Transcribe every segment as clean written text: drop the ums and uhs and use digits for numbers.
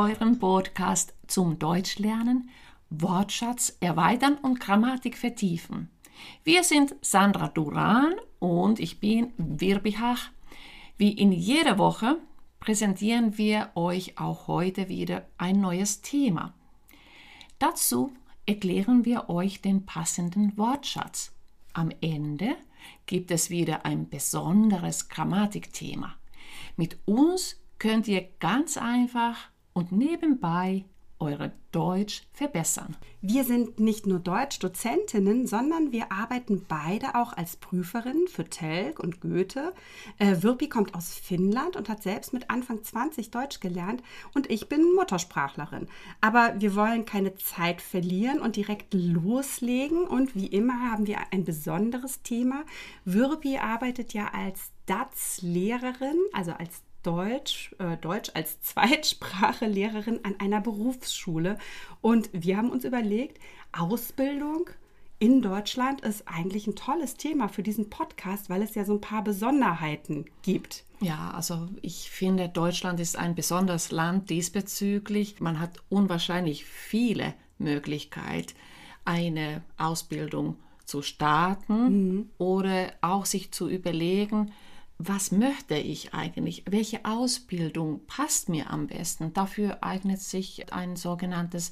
eurem Podcast zum Deutschlernen, Wortschatz erweitern und Grammatik vertiefen. Wir sind Sandra Duran und ich bin Virbi Hach. Wie in jeder Woche präsentieren wir euch auch heute wieder ein neues Thema. Dazu erklären wir euch den passenden Wortschatz. Am Ende gibt es wieder ein besonderes Grammatikthema. Mit uns könnt ihr ganz einfach und nebenbei eure Deutsch verbessern. Wir sind nicht nur Deutschdozentinnen, sondern wir arbeiten beide auch als Prüferinnen für Telg und Goethe. Virpi kommt aus Finnland und hat selbst mit Anfang 20 Deutsch gelernt und ich bin Muttersprachlerin. Aber wir wollen keine Zeit verlieren und direkt loslegen und wie immer haben wir ein besonderes Thema. Virpi arbeitet ja als DaZ-Lehrerin, also als Deutsch als Zweitsprachelehrerin an einer Berufsschule. Und wir haben uns überlegt, Ausbildung in Deutschland ist eigentlich ein tolles Thema für diesen Podcast, weil es ja so ein paar Besonderheiten gibt. Ja, also ich finde, Deutschland ist ein besonderes Land diesbezüglich. Man hat unwahrscheinlich viele Möglichkeiten, eine Ausbildung zu starten oder auch sich zu überlegen, was möchte ich eigentlich? Welche Ausbildung passt mir am besten? Dafür eignet sich ein sogenanntes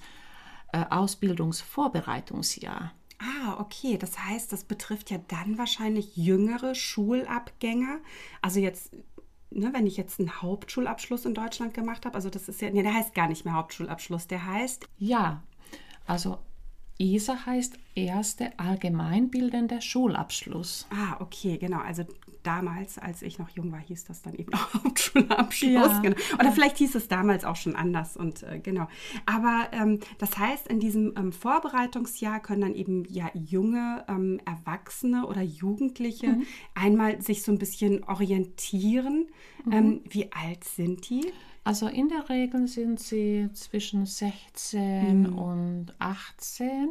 Ausbildungsvorbereitungsjahr. Ah, okay. Das heißt, das betrifft ja dann wahrscheinlich jüngere Schulabgänger. Also jetzt, wenn ich jetzt einen Hauptschulabschluss in Deutschland gemacht habe, also das ist ja, der heißt gar nicht mehr Hauptschulabschluss, der heißt... Ja, also ISA heißt Erste Allgemeinbildende Schulabschluss. Ah, okay, genau. Also damals, als ich noch jung war, hieß das dann eben auch Hauptschulabschluss. Ja. Genau. Oder vielleicht hieß es damals auch schon anders. Und genau. Aber das heißt, in diesem Vorbereitungsjahr können dann eben ja junge Erwachsene oder Jugendliche einmal sich so ein bisschen orientieren. Wie alt sind die? Also in der Regel sind sie zwischen 16 und 18.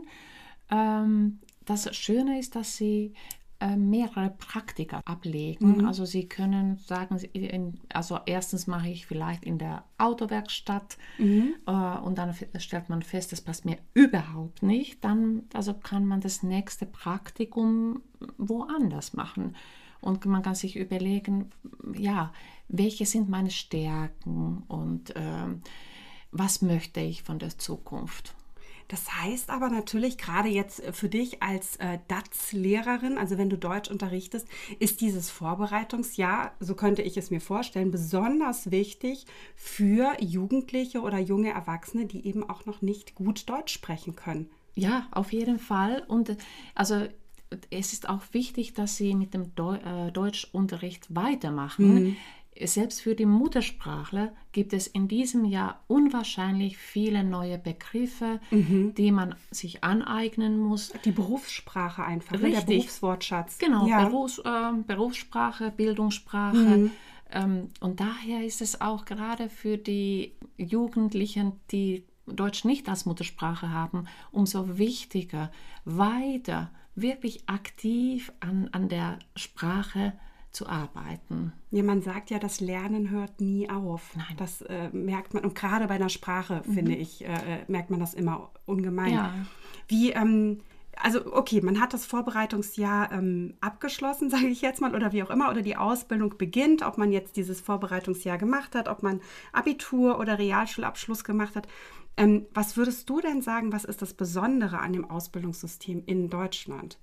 Das Schöne ist, dass sie mehrere Praktika ablegen. Also sie können sagen, also erstens mache ich vielleicht in der Autowerkstatt und dann stellt man fest, das passt mir überhaupt nicht. Dann also kann man das nächste Praktikum woanders machen. Und man kann sich überlegen, ja, welche sind meine Stärken und was möchte ich von der Zukunft? Das heißt aber natürlich, gerade jetzt für dich als DaZ-Lehrerin, also wenn du Deutsch unterrichtest, ist dieses Vorbereitungsjahr, so könnte ich es mir vorstellen, besonders wichtig für Jugendliche oder junge Erwachsene, die eben auch noch nicht gut Deutsch sprechen können. Ja, auf jeden Fall. Und also es ist auch wichtig, dass sie mit dem Deutschunterricht weitermachen. Selbst für die Muttersprachler gibt es in diesem Jahr unwahrscheinlich viele neue Begriffe, die man sich aneignen muss. Die Berufssprache einfach, Richtig. Der Berufswortschatz. Genau, ja. Berufssprache, Bildungssprache. Und daher ist es auch gerade für die Jugendlichen, die Deutsch nicht als Muttersprache haben, umso wichtiger, weiter wirklich aktiv an der Sprache zu arbeiten. Ja, man sagt ja, das Lernen hört nie auf. Nein. Das merkt man, und gerade bei einer Sprache, finde ich, merkt man das immer ungemein. Ja. Wie, also okay, man hat das Vorbereitungsjahr abgeschlossen, sage ich jetzt mal, oder wie auch immer, oder die Ausbildung beginnt, ob man jetzt dieses Vorbereitungsjahr gemacht hat, ob man Abitur oder Realschulabschluss gemacht hat. Was würdest du denn sagen, was ist das Besondere an dem Ausbildungssystem in Deutschland?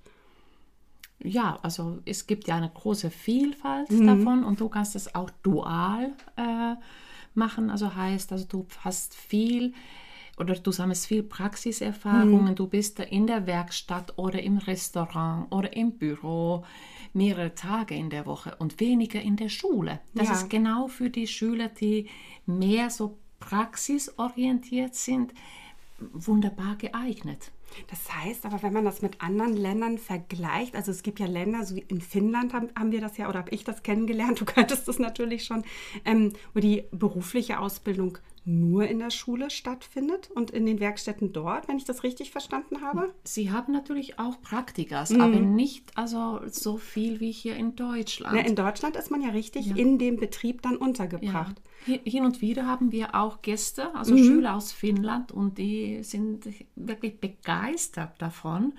Ja, also es gibt ja eine große Vielfalt davon und du kannst es auch dual machen. Also heißt, also du hast viel oder du sammelst viel Praxiserfahrungen. Du bist in der Werkstatt oder im Restaurant oder im Büro mehrere Tage in der Woche und weniger in der Schule. Das ist genau für die Schüler, die mehr so praxisorientiert sind, wunderbar geeignet. Das heißt aber, wenn man das mit anderen Ländern vergleicht, also es gibt ja Länder, so wie in Finnland haben wir das ja, oder habe ich das kennengelernt, du könntest das natürlich schon, wo die berufliche Ausbildung nur in der Schule stattfindet und in den Werkstätten dort, wenn ich das richtig verstanden habe? Sie haben natürlich auch Praktikas, aber nicht also so viel wie hier in Deutschland. Na, in Deutschland ist man ja richtig in dem Betrieb dann untergebracht. Hin und wieder haben wir auch Gäste, also Schüler aus Finnland, und die sind wirklich begeistert davon,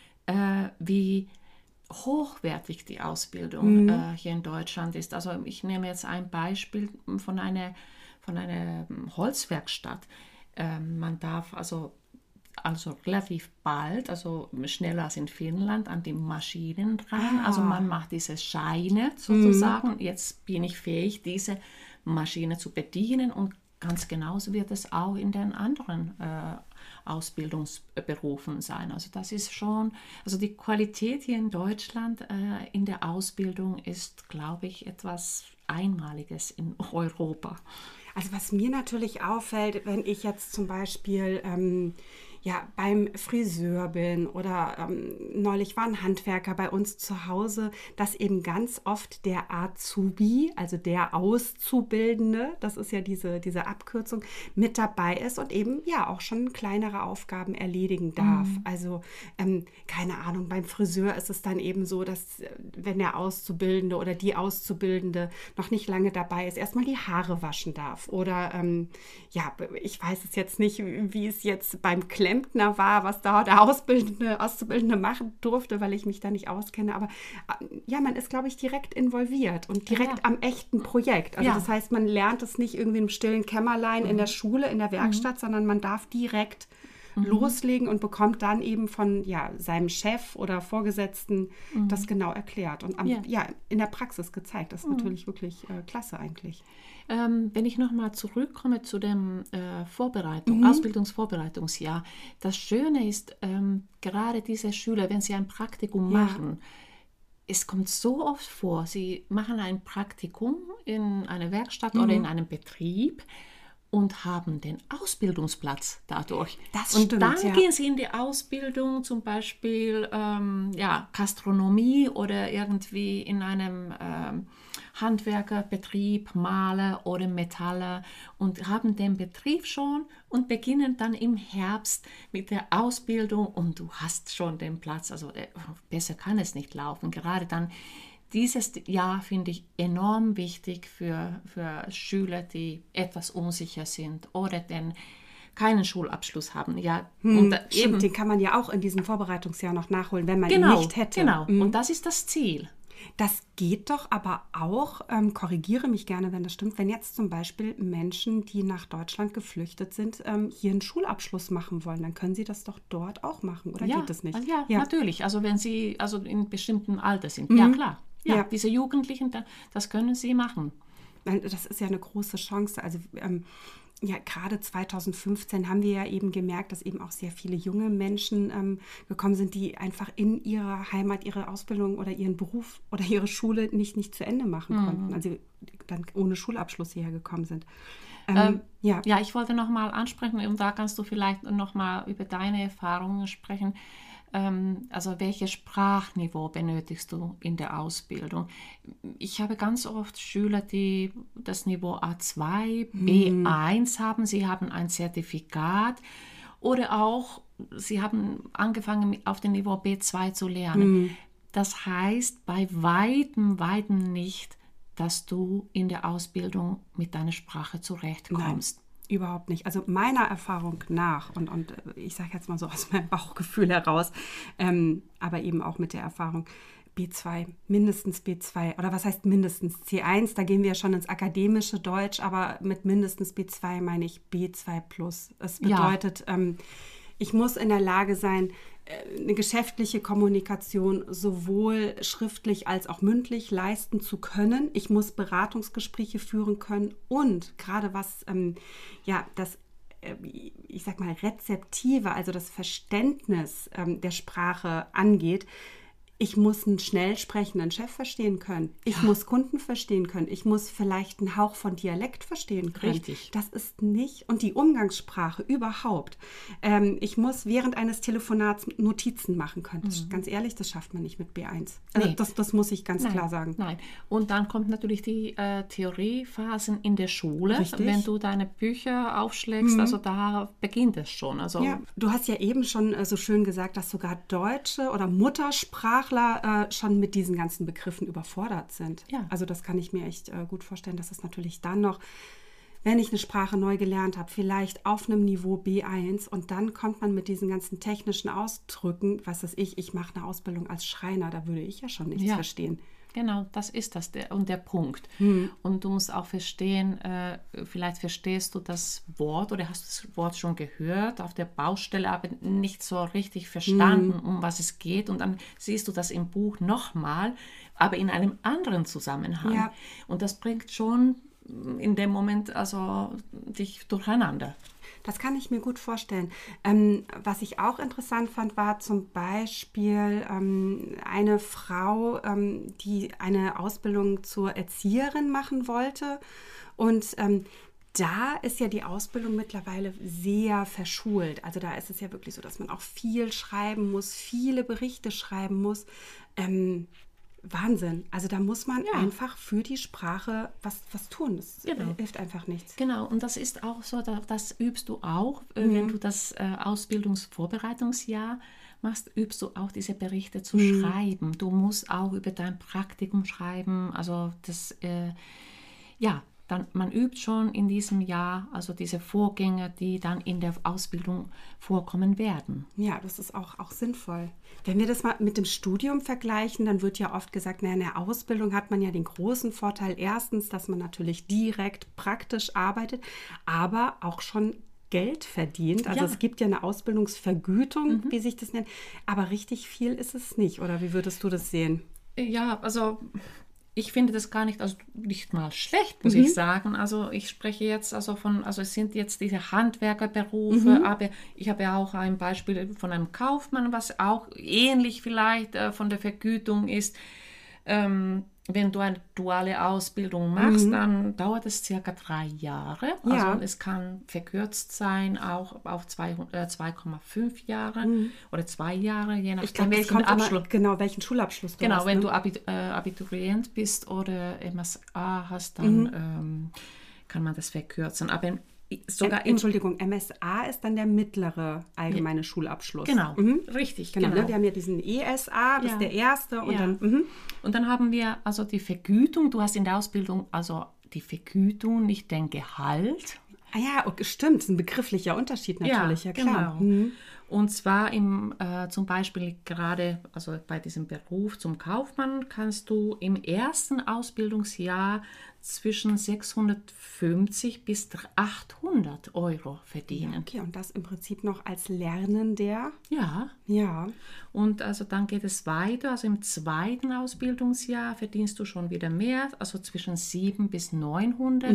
wie hochwertig die Ausbildung hier in Deutschland ist. Also ich nehme jetzt ein Beispiel von einer Holzwerkstatt. Man darf also relativ bald, also schneller als in Finnland, an die Maschinen dran. Also man macht diese Scheine sozusagen. Jetzt bin ich fähig, diese Maschine zu bedienen, und ganz genauso wird es auch in den anderen Ausbildungsberufen sein. Also das ist schon, also die Qualität hier in Deutschland in der Ausbildung ist, glaube ich, etwas Einmaliges in Europa. Also was mir natürlich auffällt, wenn ich jetzt zum Beispiel beim Friseur bin oder neulich war ein Handwerker bei uns zu Hause, dass eben ganz oft der Azubi, also der Auszubildende, das ist ja diese Abkürzung, mit dabei ist und eben ja auch schon kleinere Aufgaben erledigen darf. Also keine Ahnung, beim Friseur ist es dann eben so, dass wenn der Auszubildende oder die Auszubildende noch nicht lange dabei ist, erstmal die Haare waschen darf. Oder ich weiß es jetzt nicht, wie es jetzt beim Klempner war, was da der Auszubildende machen durfte, weil ich mich da nicht auskenne. Aber man ist, glaube ich, direkt involviert und direkt am echten Projekt. Also das heißt, man lernt es nicht irgendwie im stillen Kämmerlein in der Schule, in der Werkstatt, sondern man darf direkt loslegen und bekommt dann eben von seinem Chef oder Vorgesetzten das genau erklärt und in der Praxis gezeigt. Das ist natürlich wirklich klasse eigentlich. Wenn ich nochmal zurückkomme zu dem Ausbildungsvorbereitungsjahr, das Schöne ist, gerade diese Schüler, wenn sie ein Praktikum machen, es kommt so oft vor, sie machen ein Praktikum in einer Werkstatt oder in einem Betrieb und haben den Ausbildungsplatz dadurch. Das und stimmt, dann gehen sie in die Ausbildung, zum Beispiel Gastronomie oder irgendwie in einem Handwerkerbetrieb, Maler oder Metaller, und haben den Betrieb schon und beginnen dann im Herbst mit der Ausbildung, und du hast schon den Platz. Also besser kann es nicht laufen. Gerade dann dieses Jahr finde ich enorm wichtig für Schüler, die etwas unsicher sind oder keinen Schulabschluss haben. Stimmt, den kann man ja auch in diesem Vorbereitungsjahr noch nachholen, wenn man ihn nicht hätte. Genau, und das ist das Ziel. Das geht doch aber auch, korrigiere mich gerne, wenn das stimmt, wenn jetzt zum Beispiel Menschen, die nach Deutschland geflüchtet sind, hier einen Schulabschluss machen wollen, dann können sie das doch dort auch machen, oder geht das nicht? Ja, natürlich. Also wenn sie in bestimmten Alter sind. Ja, klar. Ja, diese Jugendlichen, das können sie machen. Das ist ja eine große Chance. Also gerade 2015 haben wir ja eben gemerkt, dass eben auch sehr viele junge Menschen gekommen sind, die einfach in ihrer Heimat ihre Ausbildung oder ihren Beruf oder ihre Schule nicht zu Ende machen konnten. Also dann ohne Schulabschluss hierher gekommen sind. Ich wollte noch mal ansprechen, und da kannst du vielleicht noch mal über deine Erfahrungen sprechen. Also welches Sprachniveau benötigst du in der Ausbildung? Ich habe ganz oft Schüler, die das Niveau A2, B1 haben. Sie haben ein Zertifikat oder auch sie haben angefangen auf dem Niveau B2 zu lernen. Das heißt bei weitem nicht, dass du in der Ausbildung mit deiner Sprache zurechtkommst. Nein. Überhaupt nicht. Also meiner Erfahrung nach, und ich sage jetzt mal so aus meinem Bauchgefühl heraus, aber eben auch mit der Erfahrung, B2, mindestens B2, oder was heißt mindestens C1, da gehen wir schon ins akademische Deutsch, aber mit mindestens B2 meine ich B2+. Es bedeutet, ich muss in der Lage sein, eine geschäftliche Kommunikation sowohl schriftlich als auch mündlich leisten zu können. Ich muss Beratungsgespräche führen können, und gerade was das ich sag mal Rezeptive, also das Verständnis der Sprache angeht, ich muss einen schnell sprechenden Chef verstehen können. Ich muss Kunden verstehen können. Ich muss vielleicht einen Hauch von Dialekt verstehen können. Richtig. Das ist nicht, und die Umgangssprache überhaupt. Ich muss während eines Telefonats Notizen machen können. Das, ganz ehrlich, das schafft man nicht mit B1. Also Nee. das muss ich ganz klar sagen. Nein. Und dann kommt natürlich die Theoriephasen in der Schule. Richtig. Wenn du deine Bücher aufschlägst, also da beginnt es schon. Also Ja, du hast ja eben schon so schön gesagt, dass sogar Deutsche oder Muttersprachler schon mit diesen ganzen Begriffen überfordert sind. Ja. Also das kann ich mir echt gut vorstellen, dass es natürlich dann noch wenn ich eine Sprache neu gelernt habe, vielleicht auf einem Niveau B1 und dann kommt man mit diesen ganzen technischen Ausdrücken, was weiß ich mache eine Ausbildung als Schreiner, da würde ich ja schon nichts verstehen. Genau, das ist das und der Punkt. Und du musst auch verstehen, vielleicht verstehst du das Wort oder hast das Wort schon gehört auf der Baustelle, aber nicht so richtig verstanden, um was es geht. Und dann siehst du das im Buch nochmal, aber in einem anderen Zusammenhang. Ja. Und das bringt schon in dem Moment also dich durcheinander. Das kann ich mir gut vorstellen. Was ich auch interessant fand, war zum Beispiel eine Frau, die eine Ausbildung zur Erzieherin machen wollte. Und da ist ja die Ausbildung mittlerweile sehr verschult. Also da ist es ja wirklich so, dass man auch viel schreiben muss, viele Berichte schreiben muss. Wahnsinn. Also da muss man einfach für die Sprache was tun. Das hilft einfach nichts. Genau, und das ist auch so, das übst du auch, wenn du das Ausbildungsvorbereitungsjahr machst, übst du auch diese Berichte zu schreiben. Du musst auch über dein Praktikum schreiben. Also das, man übt schon in diesem Jahr, also diese Vorgänge, die dann in der Ausbildung vorkommen werden. Ja, das ist auch sinnvoll. Wenn wir das mal mit dem Studium vergleichen, dann wird ja oft gesagt, in der Ausbildung hat man ja den großen Vorteil, erstens, dass man natürlich direkt praktisch arbeitet, aber auch schon Geld verdient. Also es gibt ja eine Ausbildungsvergütung, wie sich das nennt, aber richtig viel ist es nicht. Oder wie würdest du das sehen? Ja, also ich finde das gar nicht, also nicht mal schlecht, muss ich sagen. Also ich spreche jetzt also es sind jetzt diese Handwerkerberufe, aber ich habe ja auch ein Beispiel von einem Kaufmann, was auch ähnlich vielleicht von der Vergütung ist. Wenn du eine duale Ausbildung machst, dann dauert es circa 3 Jahre. Ja. Also es kann verkürzt sein, auch auf 2,5 Jahre oder 2 Jahre, je nachdem, Ich glaube, welchen Abschluss. Genau, welchen Schulabschluss du hast. Genau, wenn ne? du Abiturient bist oder MSA hast, dann kann man das verkürzen. Aber sogar Entschuldigung, MSA ist dann der mittlere allgemeine Schulabschluss. Genau, richtig. Genau. Ne? Wir haben ja diesen ESA, das ist der erste. Und und dann haben wir also die Vergütung. Du hast in der Ausbildung also die Vergütung, nicht den Gehalt. Ah ja, okay, stimmt, das ist ein begrifflicher Unterschied natürlich, ja klar. Genau. Und zwar zum Beispiel gerade, also bei diesem Beruf zum Kaufmann kannst du im ersten Ausbildungsjahr zwischen 650 bis 800 Euro verdienen. Okay, und das im Prinzip noch als Lernender. Ja. Ja. Und also dann geht es weiter, also im zweiten Ausbildungsjahr verdienst du schon wieder mehr, also zwischen 700 bis 900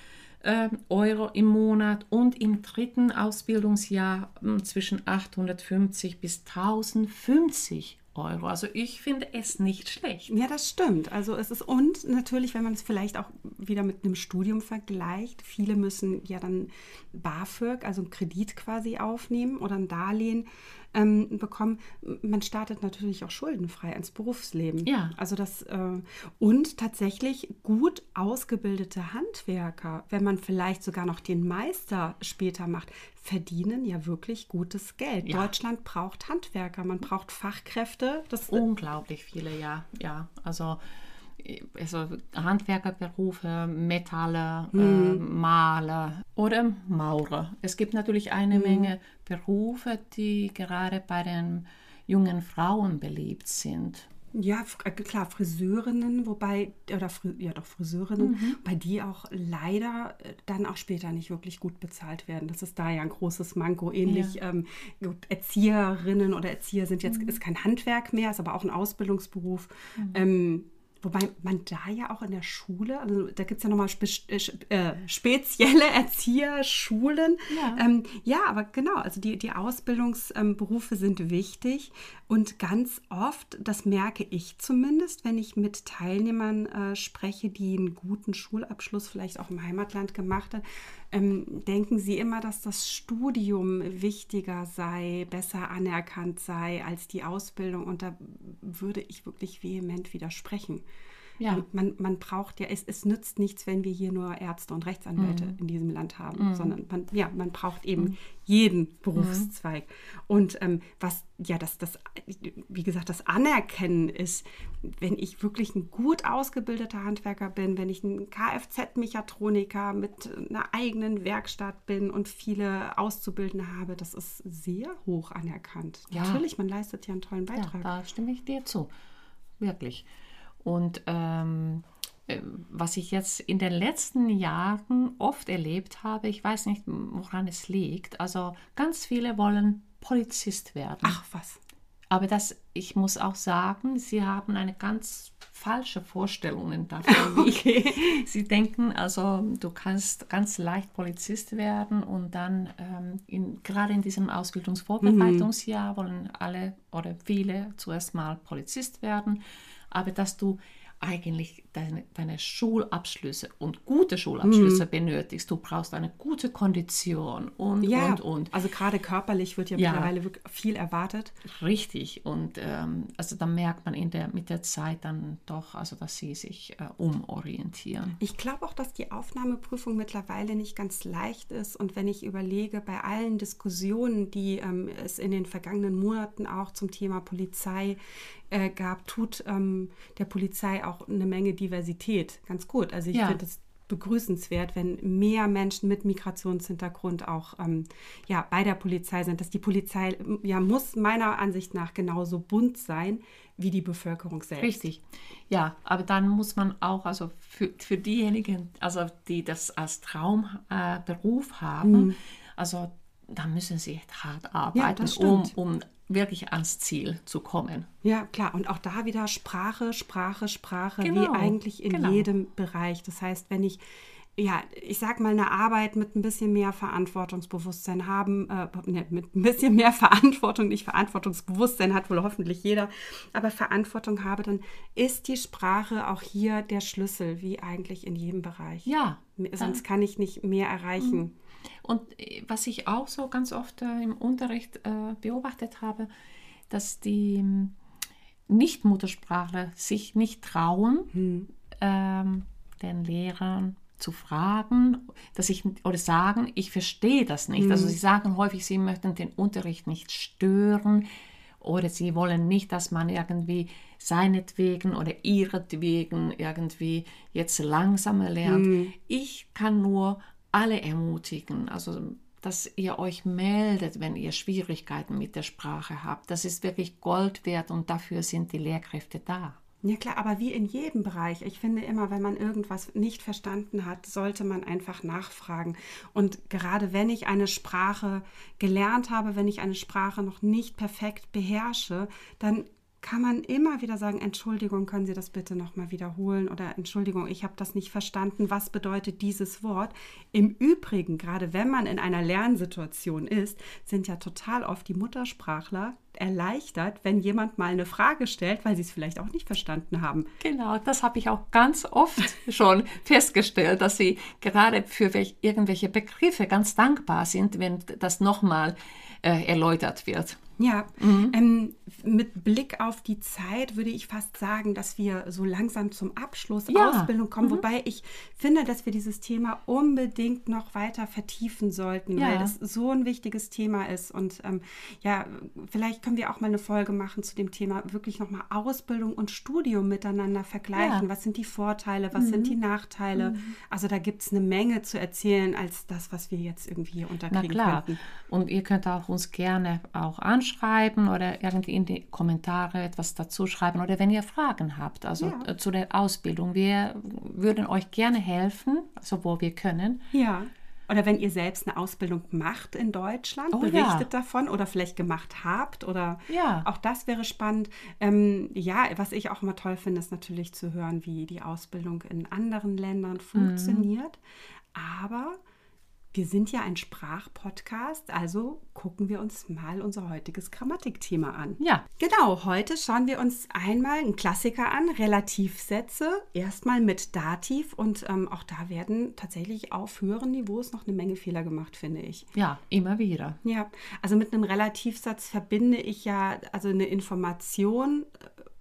Euro im Monat und im dritten Ausbildungsjahr zwischen 850 bis 1050 Euro. Also ich finde es nicht schlecht. Ja, das stimmt. Also es ist, und natürlich, wenn man es vielleicht auch wieder mit einem Studium vergleicht, viele müssen ja dann BAföG, also einen Kredit quasi aufnehmen oder ein Darlehen bekommen. Man startet natürlich auch schuldenfrei ins Berufsleben. Ja. Also das und tatsächlich gut ausgebildete Handwerker, wenn man vielleicht sogar noch den Meister später macht, verdienen ja wirklich gutes Geld. Ja. Deutschland braucht Handwerker, man braucht Fachkräfte. Das Unglaublich viele, ja. Also Handwerkerberufe, Metaller, Maler oder Maurer. Es gibt natürlich eine Menge Berufe, die gerade bei den jungen Frauen beliebt sind. Ja, klar, Friseurinnen, Friseurinnen, bei die auch leider dann auch später nicht wirklich gut bezahlt werden. Das ist da ja ein großes Manko. Ähnlich gut, Erzieherinnen oder Erzieher sind jetzt, ist kein Handwerk mehr, ist aber auch ein Ausbildungsberuf. Wobei man da ja auch in der Schule, also da gibt es ja nochmal spezielle Erzieherschulen. Ja, aber genau, also die Ausbildungsberufe sind wichtig und ganz oft, das merke ich zumindest, wenn ich mit Teilnehmern spreche, die einen guten Schulabschluss vielleicht auch im Heimatland gemacht haben, denken sie immer, dass das Studium wichtiger sei, besser anerkannt sei als die Ausbildung. Und da würde ich wirklich vehement widersprechen. Ja. Man braucht ja, es nützt nichts, wenn wir hier nur Ärzte und Rechtsanwälte in diesem Land haben, sondern man braucht eben jeden Berufszweig. Und wie gesagt, das Anerkennen ist, wenn ich wirklich ein gut ausgebildeter Handwerker bin, wenn ich ein Kfz-Mechatroniker mit einer eigenen Werkstatt bin und viele Auszubildende habe, das ist sehr hoch anerkannt. Ja. Natürlich, man leistet ja einen tollen Beitrag. Ja, da stimme ich dir zu. Wirklich. Und was ich jetzt in den letzten Jahren oft erlebt habe, ich weiß nicht, woran es liegt, also ganz viele wollen Polizist werden. Ach was. Aber ich muss auch sagen, sie haben eine ganz falsche Vorstellung davon. Okay. Sie denken, also du kannst ganz leicht Polizist werden und dann gerade in diesem Ausbildungsvorbereitungsjahr wollen alle oder viele zuerst mal Polizist werden, aber dass du eigentlich deine Schulabschlüsse und gute Schulabschlüsse benötigst. Du brauchst eine gute Kondition und. Also gerade körperlich wird ja mittlerweile wirklich viel erwartet. Richtig. Und also da merkt man mit der Zeit dann doch, also dass sie sich umorientieren. Ich glaube auch, dass die Aufnahmeprüfung mittlerweile nicht ganz leicht ist. Und wenn ich überlege, bei allen Diskussionen, die es in den vergangenen Monaten auch zum Thema Polizei gab, tut der Polizei auch eine Menge Diversität ganz gut. Also ich finde es begrüßenswert, wenn mehr Menschen mit Migrationshintergrund auch bei der Polizei sind. Dass die Polizei muss meiner Ansicht nach genauso bunt sein wie die Bevölkerung selbst. Richtig. Ja, aber dann muss man auch, also für diejenigen, also die das als Traumberuf haben, also da müssen sie echt hart arbeiten, um wirklich ans Ziel zu kommen. Ja, klar. Und auch da wieder Sprache, Genau, wie eigentlich in jedem Bereich. Das heißt, wenn ich sag mal, eine Arbeit mit ein bisschen mehr Verantwortungsbewusstsein mit ein bisschen mehr Verantwortung, nicht Verantwortungsbewusstsein hat wohl hoffentlich jeder, aber Verantwortung habe, dann ist die Sprache auch hier der Schlüssel, wie eigentlich in jedem Bereich. Ja. Sonst kann ich nicht mehr erreichen. Und was ich auch so ganz oft im Unterricht beobachtet habe, dass die Nicht-Muttersprachler sich nicht trauen, den Lehrern zu fragen, oder sagen, ich verstehe das nicht. Also sie sagen häufig, sie möchten den Unterricht nicht stören oder sie wollen nicht, dass man irgendwie seinetwegen oder ihretwegen irgendwie jetzt langsamer lernt. Ich kann nur alle ermutigen, also dass ihr euch meldet, wenn ihr Schwierigkeiten mit der Sprache habt. Das ist wirklich Gold wert und dafür sind die Lehrkräfte da. Ja klar, aber wie in jedem Bereich. Ich finde immer, wenn man irgendwas nicht verstanden hat, sollte man einfach nachfragen. Und gerade wenn ich eine Sprache gelernt habe, wenn ich eine Sprache noch nicht perfekt beherrsche, dann kann man immer wieder sagen, Entschuldigung, können Sie das bitte nochmal wiederholen oder Entschuldigung, ich habe das nicht verstanden, was bedeutet dieses Wort? Im Übrigen, gerade wenn man in einer Lernsituation ist, sind ja total oft die Muttersprachler erleichtert, wenn jemand mal eine Frage stellt, weil sie es vielleicht auch nicht verstanden haben. Genau, das habe ich auch ganz oft schon festgestellt, dass sie gerade für irgendwelche Begriffe ganz dankbar sind, wenn das nochmal erläutert wird. Ja, mit Blick auf die Zeit würde ich fast sagen, dass wir so langsam zum Abschluss Ausbildung kommen, wobei ich finde, dass wir dieses Thema unbedingt noch weiter vertiefen sollten, weil das so ein wichtiges Thema ist und vielleicht können wir auch mal eine Folge machen zu dem Thema wirklich nochmal Ausbildung und Studium miteinander vergleichen. Was sind die Vorteile, was sind die Nachteile? Also da gibt es eine Menge zu erzählen als das, was wir jetzt irgendwie unterkriegen könnten. Und ihr könnt auch uns gerne auch anschreiben oder irgendwie in die Kommentare etwas dazu schreiben oder wenn ihr Fragen habt, also zu der Ausbildung. Wir würden euch gerne helfen, so wo wir können. Ja. Oder wenn ihr selbst eine Ausbildung macht in Deutschland, berichtet davon oder vielleicht gemacht habt oder auch das wäre spannend. Was ich auch immer toll finde, ist natürlich zu hören, wie die Ausbildung in anderen Ländern funktioniert. Aber wir sind ja ein Sprachpodcast, also gucken wir uns mal unser heutiges Grammatikthema an. Ja. Genau, heute schauen wir uns einmal einen Klassiker an, Relativsätze, erstmal mit Dativ und auch da werden tatsächlich auf höheren Niveaus noch eine Menge Fehler gemacht, finde ich. Ja, immer wieder. Ja, also mit einem Relativsatz verbinde ich ja also eine Information,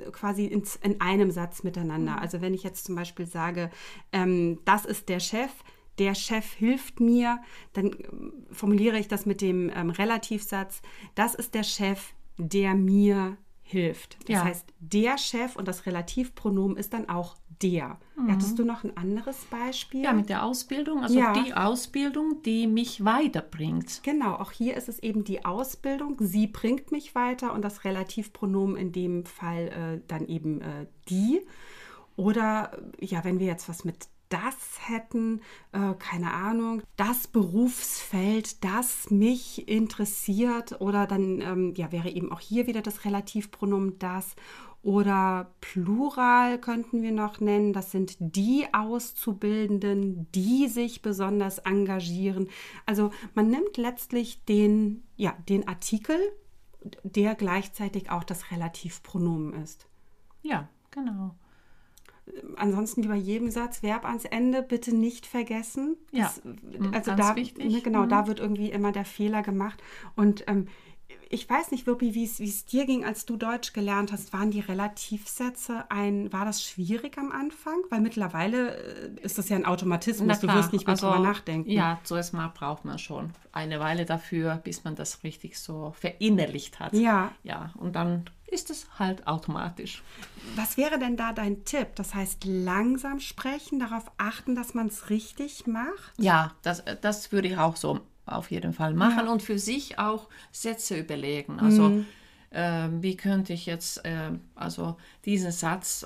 quasi in einem Satz miteinander. Also wenn ich jetzt zum Beispiel sage, das ist der Chef hilft mir, dann formuliere ich das mit dem Relativsatz, das ist der Chef, der mir hilft. Das heißt, der Chef und das Relativpronomen ist dann auch der. Hattest du noch ein anderes Beispiel? Ja, mit der Ausbildung, also die Ausbildung, die mich weiterbringt. Genau, auch hier ist es eben die Ausbildung, sie bringt mich weiter und das Relativpronomen in dem Fall dann eben die. Oder ja, wenn wir jetzt was mit das hätten, keine Ahnung, das Berufsfeld, das mich interessiert, oder dann wäre eben auch hier wieder das Relativpronomen das, oder Plural könnten wir noch nennen, das sind die Auszubildenden, die sich besonders engagieren. Also man nimmt letztlich den Artikel, der gleichzeitig auch das Relativpronomen ist. Ja, genau. Ansonsten wie bei jedem Satz, Verb ans Ende bitte nicht vergessen. Das, also ganz da, wichtig. Genau, da wird irgendwie immer der Fehler gemacht. Und ich weiß nicht, Wirpi, wie es dir ging, als du Deutsch gelernt hast. Waren die Relativsätze war das schwierig am Anfang? Weil mittlerweile ist das ja ein Automatismus, du wirst nicht mehr drüber nachdenken. Ja, zuerst mal braucht man schon eine Weile dafür, bis man das richtig so verinnerlicht hat. Ja, und dann ist es halt automatisch. Was wäre denn da dein Tipp? Das heißt, langsam sprechen, darauf achten, dass man es richtig macht? Ja, das würde ich auch so auf jeden Fall machen und für sich auch Sätze überlegen. Also wie könnte ich jetzt diesen Satz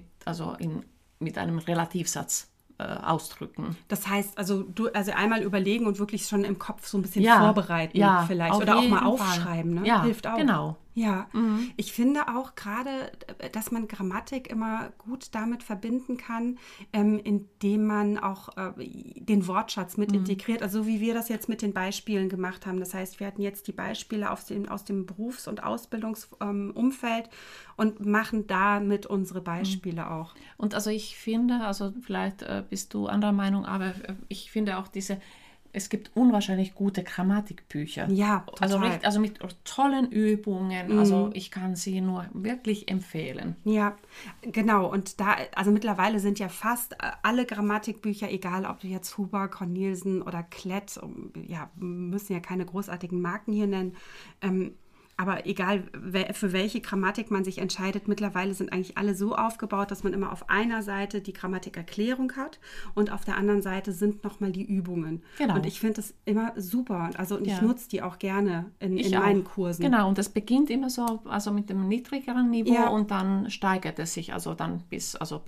mit einem Relativsatz ausdrücken. Das heißt, also einmal überlegen und wirklich schon im Kopf so ein bisschen vorbereiten vielleicht. Oder auch mal aufschreiben, ne? Ja, hilft auch. Genau. Ja, ich finde auch gerade, dass man Grammatik immer gut damit verbinden kann, indem man auch den Wortschatz mit integriert. Also so wie wir das jetzt mit den Beispielen gemacht haben. Das heißt, wir hatten jetzt die Beispiele aus dem Berufs- und Ausbildungsumfeld und machen damit unsere Beispiele auch. Und also ich finde, vielleicht bist du anderer Meinung, aber ich finde auch es gibt unwahrscheinlich gute Grammatikbücher. Ja, total. Also mit tollen Übungen. Also ich kann sie nur wirklich empfehlen. Ja, genau. Und mittlerweile sind ja fast alle Grammatikbücher, egal ob du jetzt Huber, Cornelsen oder Klett, müssen ja keine großartigen Marken hier nennen, aber egal, für welche Grammatik man sich entscheidet, mittlerweile sind eigentlich alle so aufgebaut, dass man immer auf einer Seite die Grammatikerklärung hat und auf der anderen Seite sind nochmal die Übungen. Genau. Und ich finde das immer super. Und ich nutze die auch gerne in meinen Kursen. Genau, und das beginnt immer so, mit dem niedrigeren Niveau und dann steigert es sich, dann bis C1,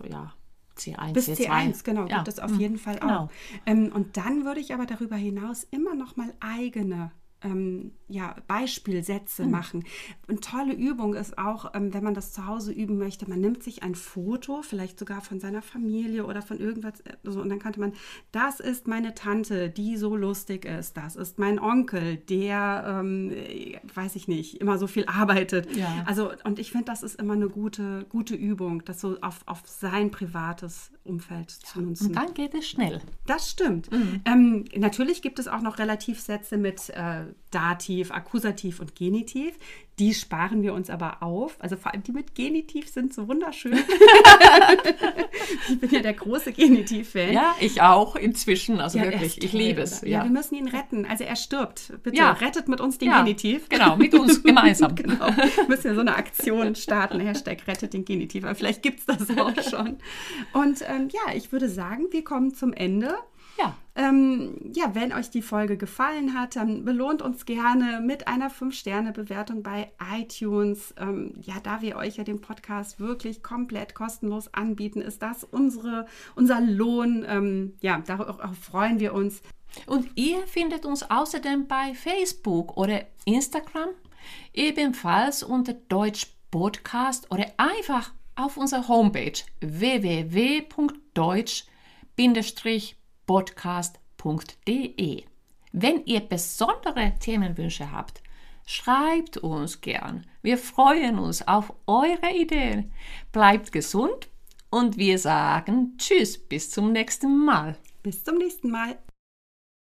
bis C2. C1, genau, gibt es auf jeden Fall auch. Und dann würde ich aber darüber hinaus immer nochmal eigene Beispielsätze machen. Eine tolle Übung ist auch, wenn man das zu Hause üben möchte, man nimmt sich ein Foto, vielleicht sogar von seiner Familie oder von irgendwas, und dann könnte man, das ist meine Tante, die so lustig ist, das ist mein Onkel, der, weiß ich nicht, immer so viel arbeitet. Ja. Und ich finde, das ist immer eine gute Übung, das so auf sein privates Umfeld zu nutzen. Und dann geht es schnell. Das stimmt. Natürlich gibt es auch noch Relativsätze mit Dativ, Akkusativ und Genitiv. Die sparen wir uns aber auf. Also vor allem die mit Genitiv sind so wunderschön. Ich bin ja der große Genitiv-Fan. Ja, ich auch inzwischen. Wirklich, ich liebe es. Ja, wir müssen ihn retten. Also er stirbt. Bitte rettet mit uns den Genitiv. Genau, mit uns gemeinsam. Genau. Wir müssen ja so eine Aktion starten. Hashtag rettet den Genitiv. Aber vielleicht gibt es das auch schon. Und ich würde sagen, wir kommen zum Ende. Ja. Wenn euch die Folge gefallen hat, dann belohnt uns gerne mit einer 5-Sterne-Bewertung bei iTunes. Da wir euch ja den Podcast wirklich komplett kostenlos anbieten, ist das unser Lohn. Darauf freuen wir uns. Und ihr findet uns außerdem bei Facebook oder Instagram, ebenfalls unter Deutsch Podcast oder einfach auf unserer Homepage www.deutsch-podcast.de. Wenn ihr besondere Themenwünsche habt, schreibt uns gern. Wir freuen uns auf eure Ideen. Bleibt gesund und wir sagen Tschüss, bis zum nächsten Mal. Bis zum nächsten Mal.